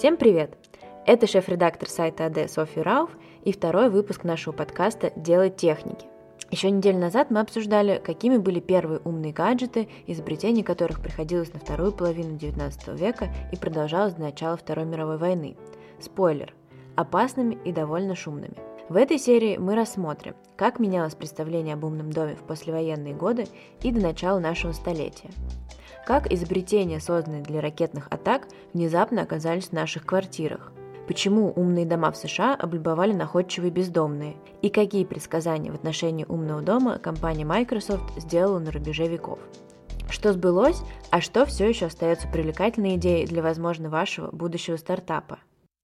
Всем привет! Это шеф-редактор сайта АД Софья Рауф и второй выпуск нашего подкаста «Дело техники». Еще неделю назад мы обсуждали, какими были первые умные гаджеты, изобретение которых приходилось на вторую половину XIX века и продолжалось до начала Второй мировой войны. Спойлер – опасными и довольно шумными. В этой серии мы рассмотрим, как менялось представление об умном доме в послевоенные годы и до начала нашего столетия. Как изобретения, созданные для ракетных атак, внезапно оказались в наших квартирах. Почему умные дома в США облюбовали находчивые бездомные? И какие предсказания в отношении умного дома компания Microsoft сделала на рубеже веков? Что сбылось, а что все еще остается привлекательной идеей для, возможно, вашего будущего стартапа?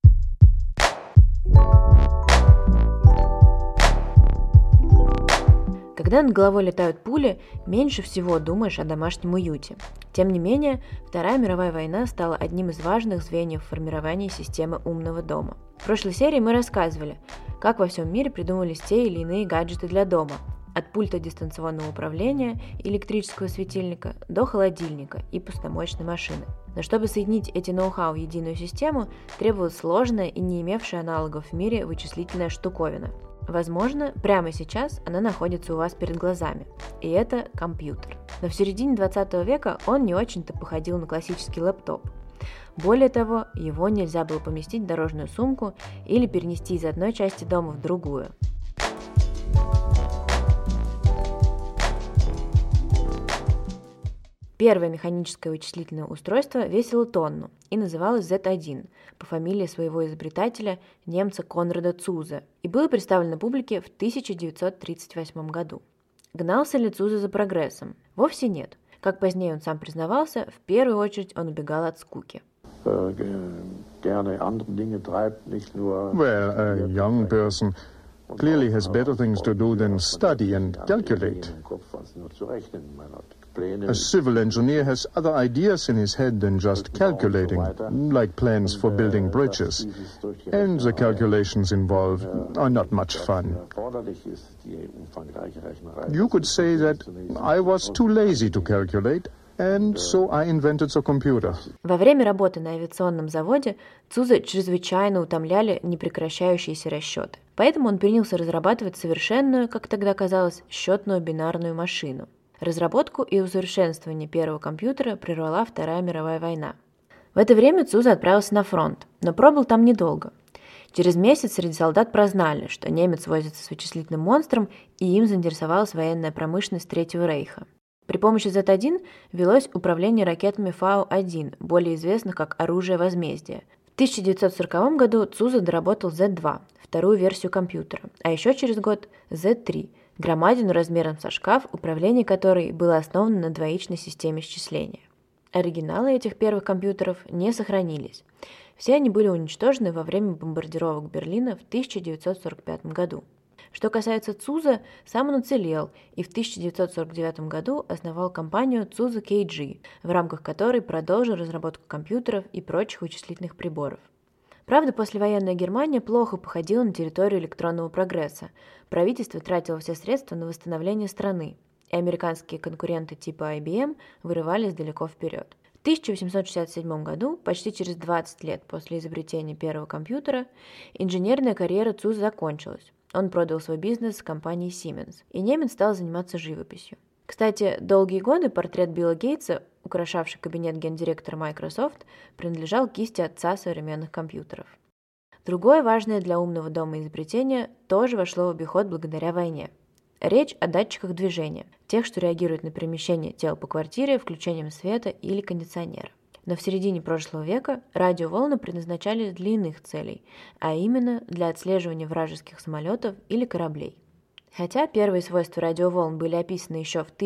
Когда над головой летают пули, меньше всего думаешь о домашнем уюте. Тем не менее, Вторая мировая война стала одним из важных звеньев формирования системы умного дома. В прошлой серии мы рассказывали, как во всем мире придумывались те или иные гаджеты для дома, от пульта дистанционного управления, электрического светильника до холодильника и посудомоечной машины. Но чтобы соединить эти ноу-хау в единую систему, требовалась сложная и не имевшая аналогов в мире вычислительная штуковина. Возможно, прямо сейчас она находится у вас перед глазами, и это компьютер. Но в середине 20 века он не очень-то походил на классический лэптоп. Более того, его нельзя было поместить в дорожную сумку или перенести из одной части дома в другую. Первое механическое вычислительное устройство весило тонну и называлось Z1 по фамилии своего изобретателя, немца Конрада Цузе, и было представлено публике в 1938 году. Гнался ли Цузе за прогрессом? Вовсе нет. Как позднее он сам признавался, в первую очередь он убегал от скуки. Well, a young person clearly has better things to do than study and calculate. A civil engineer has other ideas in his head than just calculating, like plans for building bridges. And the calculations involved are not much fun. You could say that I was too lazy to calculate, and so I invented the computer. Во время работы на авиационном заводе Цузе чрезвычайно утомляли непрекращающиеся расчеты. Поэтому он принялся разрабатывать совершенную, как тогда казалось, счетную бинарную машину. Разработку и усовершенствование первого компьютера прервала Вторая мировая война. В это время Цузе отправился на фронт, но пробыл там недолго. Через месяц среди солдат прознали, что немец возится с вычислительным монстром, и им заинтересовалась военная промышленность Третьего рейха. При помощи Z1 велось управление ракетами Фау-1, более известных как оружие возмездия. В 1940 году Цузе доработал Z2, вторую версию компьютера, а еще через год Z3, громадину размером со шкаф, управление которой было основано на двоичной системе счисления. Оригиналы этих первых компьютеров не сохранились. Все они были уничтожены во время бомбардировок Берлина в 1945 году. Что касается Цузе, сам он уцелел и в 1949 году основал компанию Цузе KG, в рамках которой продолжил разработку компьютеров и прочих вычислительных приборов. Правда, послевоенная Германия плохо походила на территорию электронного прогресса. Правительство тратило все средства на восстановление страны, и американские конкуренты типа IBM вырывались далеко вперед. В 1867 году, почти через 20 лет после изобретения первого компьютера, инженерная карьера Цузе закончилась. Он продал свой бизнес компании Siemens, и немец стал заниматься живописью. Кстати, долгие годы портрет Билла Гейтса, украшавший кабинет гендиректора Microsoft, принадлежал кисти отца современных компьютеров. Другое важное для умного дома изобретение тоже вошло в обиход благодаря войне. Речь о датчиках движения, тех, что реагируют на перемещение тел по квартире включением света или кондиционера. Но в середине прошлого века радиоволны предназначались для иных целей, а именно для отслеживания вражеских самолетов или кораблей. Хотя первые свойства радиоволн были описаны еще в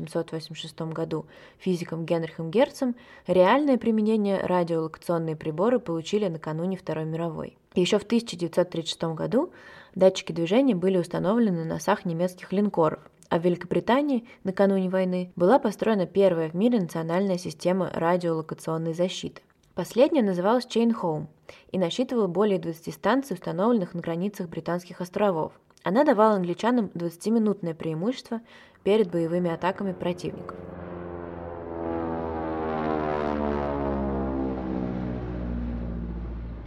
1886 году физиком Генрихом Герцем, реальное применение радиолокационные приборы получили накануне Второй мировой. Еще в 1936 году датчики движения были установлены на носах немецких линкоров, а в Великобритании накануне войны была построена первая в мире национальная система радиолокационной защиты. Последняя называлась Chain Home и насчитывала более 20 станций, установленных на границах Британских островов. Она давала англичанам 20-минутное преимущество перед боевыми атаками противников.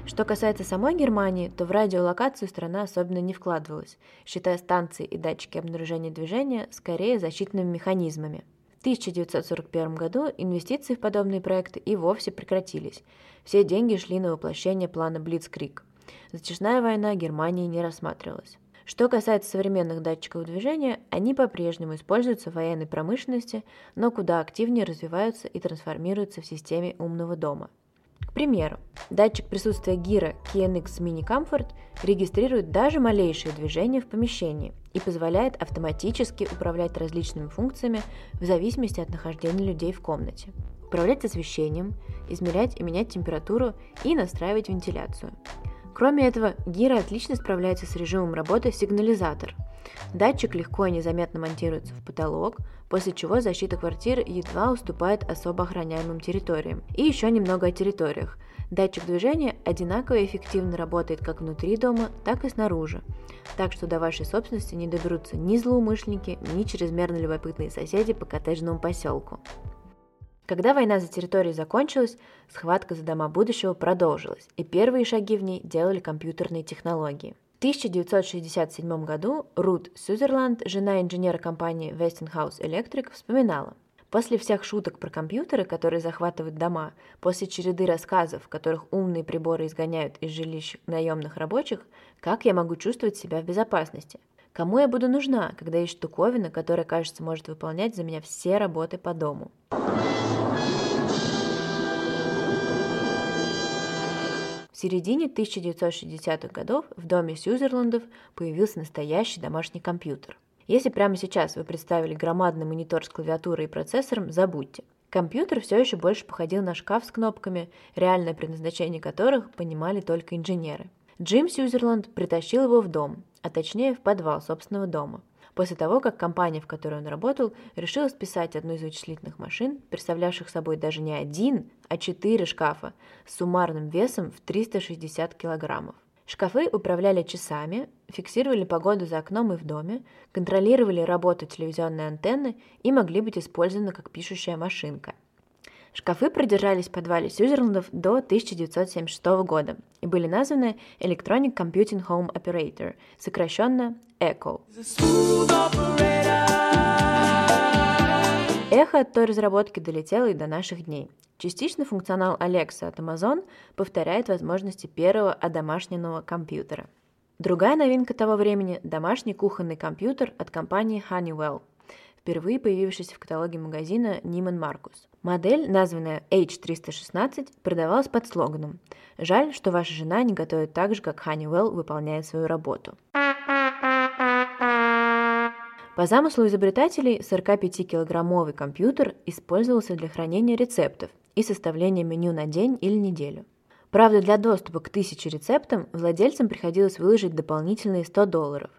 Что касается самой Германии, то в радиолокацию страна особенно не вкладывалась, считая станции и датчики обнаружения движения скорее защитными механизмами. В 1941 году инвестиции в подобные проекты и вовсе прекратились. Все деньги шли на воплощение плана Блицкриг. Затяжная война Германии не рассматривалась. Что касается современных датчиков движения, они по-прежнему используются в военной промышленности, но куда активнее развиваются и трансформируются в системе умного дома. К примеру, датчик присутствия гира KNX Mini Comfort регистрирует даже малейшие движения в помещении и позволяет автоматически управлять различными функциями в зависимости от нахождения людей в комнате. Управлять освещением, измерять и менять температуру и настраивать вентиляцию. Кроме этого, гиры отлично справляются с режимом работы сигнализатор. Датчик легко и незаметно монтируется в потолок, после чего защита квартиры едва уступает особо охраняемым территориям. И еще немного о территориях. Датчик движения одинаково эффективно работает как внутри дома, так и снаружи. Так что до вашей собственности не доберутся ни злоумышленники, ни чрезмерно любопытные соседи по коттеджному поселку. Когда война за территорию закончилась, схватка за дома будущего продолжилась, и первые шаги в ней делали компьютерные технологии. В 1967 году Рут Сузерланд, жена инженера компании Westinghouse Electric, вспоминала: «После всех шуток про компьютеры, которые захватывают дома, после череды рассказов, в которых умные приборы изгоняют из жилищ наемных рабочих, как я могу чувствовать себя в безопасности? Кому я буду нужна, когда есть штуковина, которая, кажется, может выполнять за меня все работы по дому?» В середине 1960-х годов в доме Сюзерландов появился настоящий домашний компьютер. Если прямо сейчас вы представили громадный монитор с клавиатурой и процессором, забудьте. Компьютер все еще больше походил на шкаф с кнопками, реальное предназначение которых понимали только инженеры. Джим Сюзерланд притащил его в дом, а точнее в подвал собственного дома, после того, как компания, в которой он работал, решила списать одну из вычислительных машин, представлявших собой даже не один, а 4 шкафа с суммарным весом в 360 килограммов. Шкафы управляли часами, фиксировали погоду за окном и в доме, контролировали работу телевизионной антенны и могли быть использованы как пишущая машинка. Шкафы продержались в подвале Сюзерландов до 1976 года и были названы Electronic Computing Home Operator, сокращенно ECHO. Эхо от той разработки долетело и до наших дней. Частично функционал Alexa от Amazon повторяет возможности первого одомашненного компьютера. Другая новинка того времени – домашний кухонный компьютер от компании Honeywell, впервые появившийся в каталоге магазина Neiman Marcus. Модель, названная H316, продавалась под слоганом «Жаль, что ваша жена не готовит так же, как Honeywell выполняет свою работу». По замыслу изобретателей, 45-килограммовый компьютер использовался для хранения рецептов и составления меню на день или неделю. Правда, для доступа к 1000 рецептам владельцам приходилось выложить дополнительные $100.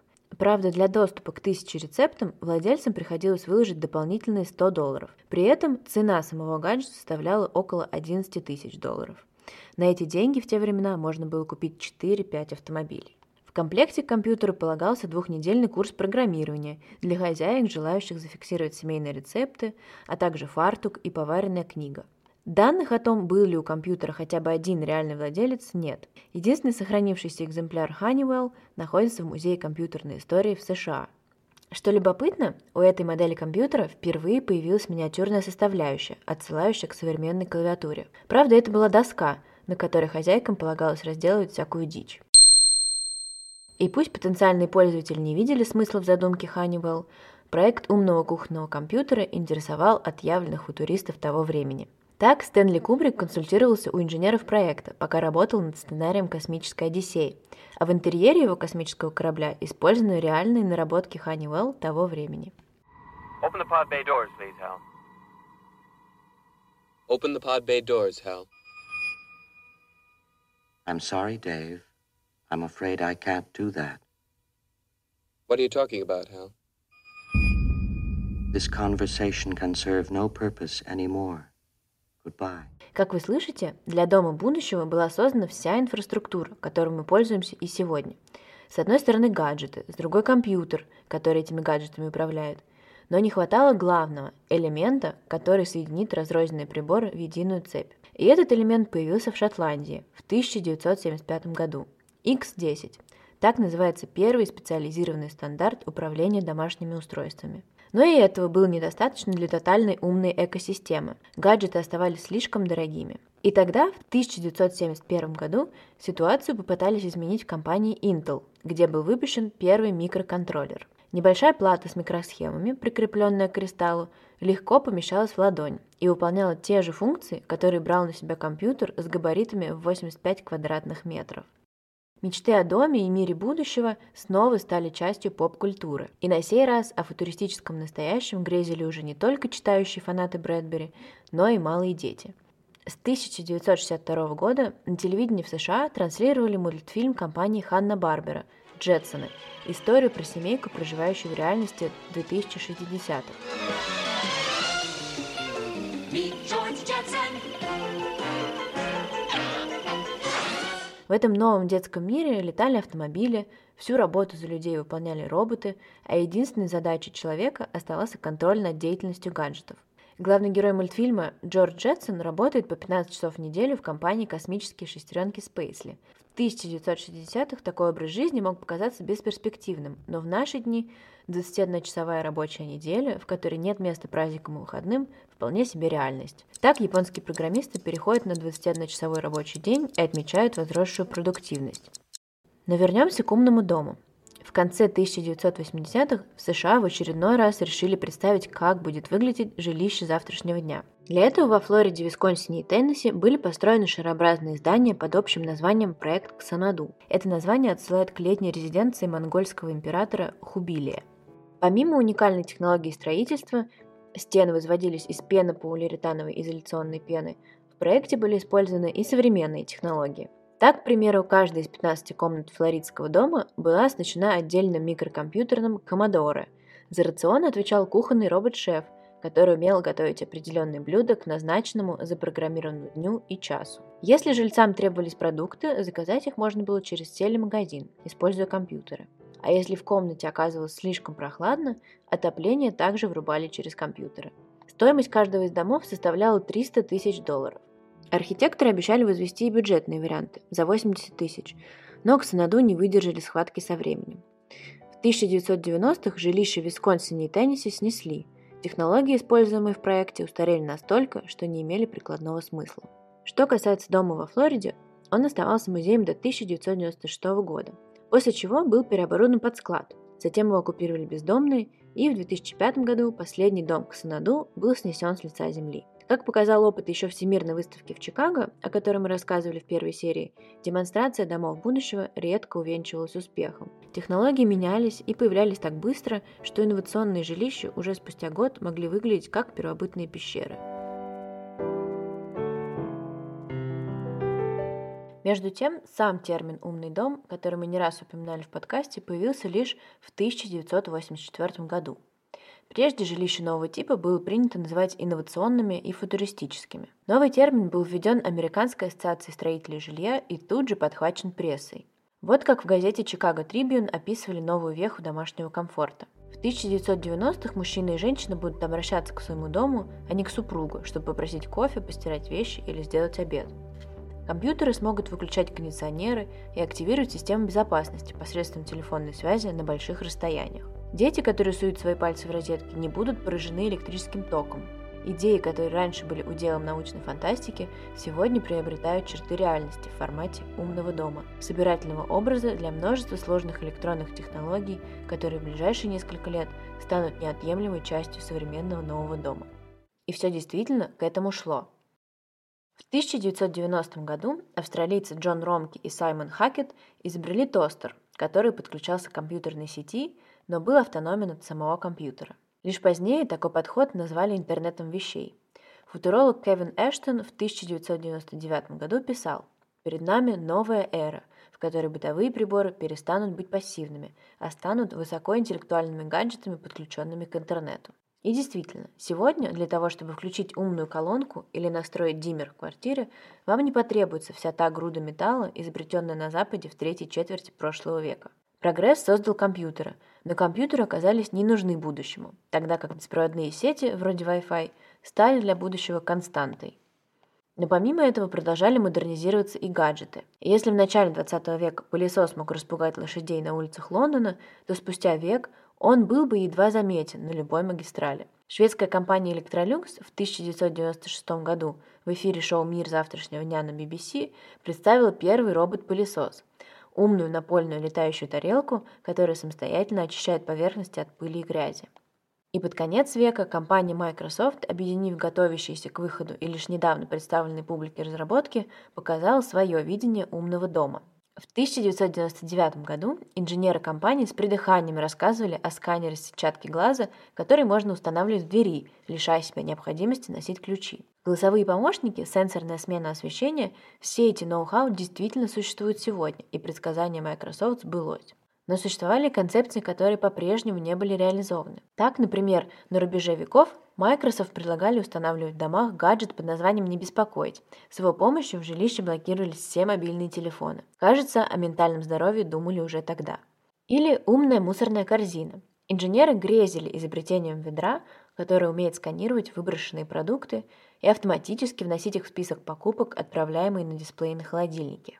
При этом цена самого гаджета составляла около $11 000. На эти деньги в те времена можно было купить 4-5 автомобилей. В комплекте к компьютеру полагался 2-недельный курс программирования для хозяек, желающих зафиксировать семейные рецепты, а также фартук и поваренная книга. Данных о том, был ли у компьютера хотя бы один реальный владелец, нет. Единственный сохранившийся экземпляр Honeywell находится в Музее компьютерной истории в США. Что любопытно, у этой модели компьютера впервые появилась миниатюрная составляющая, отсылающая к современной клавиатуре. Правда, это была доска, на которой хозяйкам полагалось разделывать всякую дичь. И пусть потенциальные пользователи не видели смысла в задумке Honeywell, проект умного кухонного компьютера интересовал отъявленных футуристов того времени. Так, Стэнли Кубрик консультировался у инженеров проекта, пока работал над сценарием «Космической Одиссеи», а в интерьере его космического корабля использованы реальные наработки Honeywell того времени. Open the pod bay doors, please, Hal. Open the pod bay doors, Hal. I'm sorry, Dave. I'm afraid I can't do that. What are you talking about, Hal? This conversation can serve no purpose anymore. Goodbye. Как вы слышите, для дома будущего была создана вся инфраструктура, которой мы пользуемся и сегодня. С одной стороны гаджеты, с другой компьютер, который этими гаджетами управляет. Но не хватало главного – элемента, который соединит разрозненные приборы в единую цепь. И этот элемент появился в Шотландии в 1975 году – X10. Так называется первый специализированный стандарт управления домашними устройствами. Но и этого было недостаточно для тотальной умной экосистемы. Гаджеты оставались слишком дорогими. И тогда, в 1971 году, ситуацию попытались изменить в компании Intel, где был выпущен первый микроконтроллер. Небольшая плата с микросхемами, прикрепленная к кристаллу, легко помещалась в ладонь и выполняла те же функции, которые брал на себя компьютер с габаритами в 85 квадратных метров. Мечты о доме и мире будущего снова стали частью поп-культуры. И на сей раз о футуристическом настоящем грезили уже не только читающие фанаты Брэдбери, но и малые дети. С 1962 года на телевидении в США транслировали мультфильм компании Ханна-Барбера «Джетсоны», историю про семейку, проживающую в реальности 2060-х. В этом новом детском мире летали автомобили, всю работу за людей выполняли роботы, а единственной задачей человека оставался контроль над деятельностью гаджетов. Главный герой мультфильма Джордж Джетсон работает по 15 часов в неделю в компании «Космические шестеренки Спейсли». В 1960-х такой образ жизни мог показаться бесперспективным, но в наши дни 21-часовая рабочая неделя, в которой нет места праздникам и выходным, вполне себе реальность. Так японские программисты переходят на 21-часовой рабочий день и отмечают возросшую продуктивность. Но вернемся к умному дому. В конце 1980-х в США в очередной раз решили представить, как будет выглядеть жилище завтрашнего дня. Для этого во Флориде, Висконсине и Теннесси были построены шарообразные здания под общим названием «Проект Ксанаду». Это название отсылает к летней резиденции монгольского императора Хубилия. Помимо уникальной технологии строительства, стены возводились из пенополиуретановой изоляционной пены, в проекте были использованы и современные технологии. Так, к примеру, каждая из 15 комнат флоридского дома была оснащена отдельным микрокомпьютерным Commodore. За рацион отвечал кухонный робот-шеф, который умел готовить определенные блюда к назначенному запрограммированному дню и часу. Если жильцам требовались продукты, заказать их можно было через телемагазин, используя компьютеры. А если в комнате оказывалось слишком прохладно, отопление также врубали через компьютеры. Стоимость каждого из домов составляла $300 тысяч. Архитекторы обещали возвести и бюджетные варианты за 80 тысяч, но Ксанаду не выдержали схватки со временем. В 1990-х жилища в Висконсине и Теннесси снесли. Технологии, используемые в проекте, устарели настолько, что не имели прикладного смысла. Что касается дома во Флориде, он оставался музеем до 1996 года, после чего был переоборудован под склад. Затем его оккупировали бездомные, и в 2005 году последний дом Ксанаду был снесен с лица земли. Как показал опыт еще Всемирной выставки в Чикаго, о которой мы рассказывали в первой серии, демонстрация домов будущего редко увенчивалась успехом. Технологии менялись и появлялись так быстро, что инновационные жилища уже спустя год могли выглядеть как первобытные пещеры. Между тем, сам термин «умный дом», который мы не раз упоминали в подкасте, появился лишь в 1984 году. Прежде жилища нового типа было принято называть инновационными и футуристическими. Новый термин был введен Американской ассоциацией строителей жилья и тут же подхвачен прессой. Вот как в газете «Чикаго Трибьюн» описывали новую веху домашнего комфорта. В 1990-х мужчина и женщина будут обращаться к своему дому, а не к супругу, чтобы попросить кофе, постирать вещи или сделать обед. Компьютеры смогут выключать кондиционеры и активировать систему безопасности посредством телефонной связи на больших расстояниях. Дети, которые суют свои пальцы в розетки, не будут поражены электрическим током. Идеи, которые раньше были уделом научной фантастики, сегодня приобретают черты реальности в формате умного дома, собирательного образа для множества сложных электронных технологий, которые в ближайшие несколько лет станут неотъемлемой частью современного нового дома. И все действительно к этому шло. В 1990 году австралийцы Джон Ромки и Саймон Хакет изобрели тостер, который подключался к компьютерной сети, но был автономен от самого компьютера. Лишь позднее такой подход назвали интернетом вещей. Футуролог Кевин Эштон в 1999 году писал: «Перед нами новая эра, в которой бытовые приборы перестанут быть пассивными, а станут высокоинтеллектуальными гаджетами, подключенными к интернету». И действительно, сегодня для того, чтобы включить умную колонку или настроить диммер в квартире, вам не потребуется вся та груда металла, изобретенная на Западе в третьей четверти прошлого века. Прогресс создал компьютеры, Но компьютеры оказались не нужны будущему, тогда как беспроводные сети, вроде Wi-Fi, стали для будущего константой. Но помимо этого продолжали модернизироваться и гаджеты. И если в начале 20 века пылесос мог распугать лошадей на улицах Лондона, то спустя век он был бы едва заметен на любой магистрали. Шведская компания Electrolux в 1996 году в эфире шоу «Мир завтрашнего дня» на BBC представила первый робот-пылесос – умную напольную летающую тарелку, которая самостоятельно очищает поверхности от пыли и грязи. И под конец века компания Microsoft, объединив готовящиеся к выходу и лишь недавно представленные публике разработки, показала свое видение умного дома. В 1999 году инженеры компании с придыханием рассказывали о сканере сетчатки глаза, который можно устанавливать в двери, лишая себя необходимости носить ключи. Голосовые помощники, сенсорная смена освещения – все эти ноу-хау действительно существуют сегодня, и предсказание Microsoft сбылось. Но существовали концепции, которые по-прежнему не были реализованы. Так, например, на рубеже веков Microsoft предлагали устанавливать в домах гаджет под названием «Не беспокоить». С его помощью в жилище блокировались все мобильные телефоны. Кажется, о ментальном здоровье думали уже тогда. Или умная мусорная корзина. Инженеры грезили изобретением ведра, которое умеет сканировать выброшенные продукты и автоматически вносить их в список покупок, отправляемые на дисплей на холодильнике.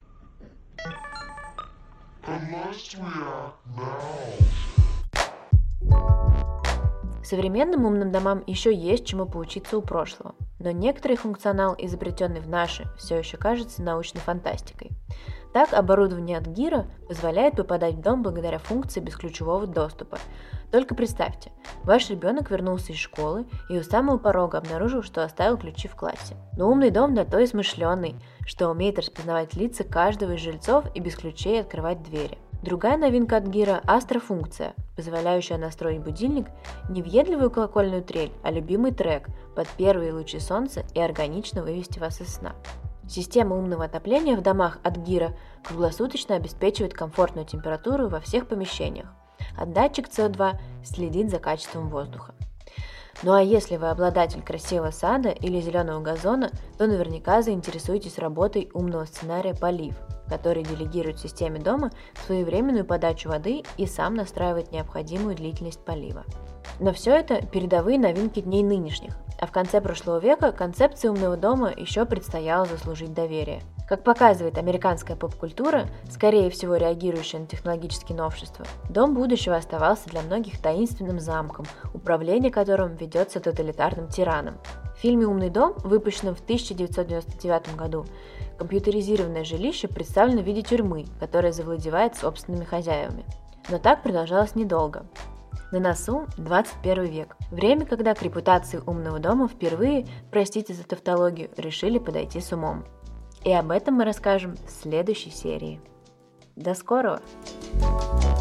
Современным умным домам еще есть чему поучиться у прошлого, но некоторый функционал, изобретенный в наши, все еще кажется научной фантастикой. Так, оборудование от Гира позволяет попадать в дом благодаря функции бесключевого доступа. Только представьте, ваш ребенок вернулся из школы и у самого порога обнаружил, что оставил ключи в классе. Но умный дом на то и смышленый, что умеет распознавать лица каждого из жильцов и без ключей открывать двери. Другая новинка от Гира – астрофункция, позволяющая настроить будильник не въедливую колокольную трель, а любимый трек под первые лучи солнца и органично вывести вас из сна. Система умного отопления в домах от Гира круглосуточно обеспечивает комфортную температуру во всех помещениях, а датчик CO2 следит за качеством воздуха. Ну а если вы обладатель красивого сада или зеленого газона, то наверняка заинтересуетесь работой умного сценария «Полив», который делегирует системе дома своевременную подачу воды и сам настраивает необходимую длительность полива. Но все это передовые новинки дней нынешних, а в конце прошлого века концепции умного дома еще предстояло заслужить доверие. Как показывает американская поп-культура, скорее всего реагирующая на технологические новшества, дом будущего оставался для многих таинственным замком, управление которым ведется тоталитарным тираном. В фильме «Умный дом», выпущенном в 1999 году, компьютеризированное жилище представлено в виде тюрьмы, которая завладевает собственными хозяевами. Но так продолжалось недолго. На носу 21 век, время, когда к репутации умного дома впервые, простите за тавтологию, решили подойти с умом. И об этом мы расскажем в следующей серии. До скорого!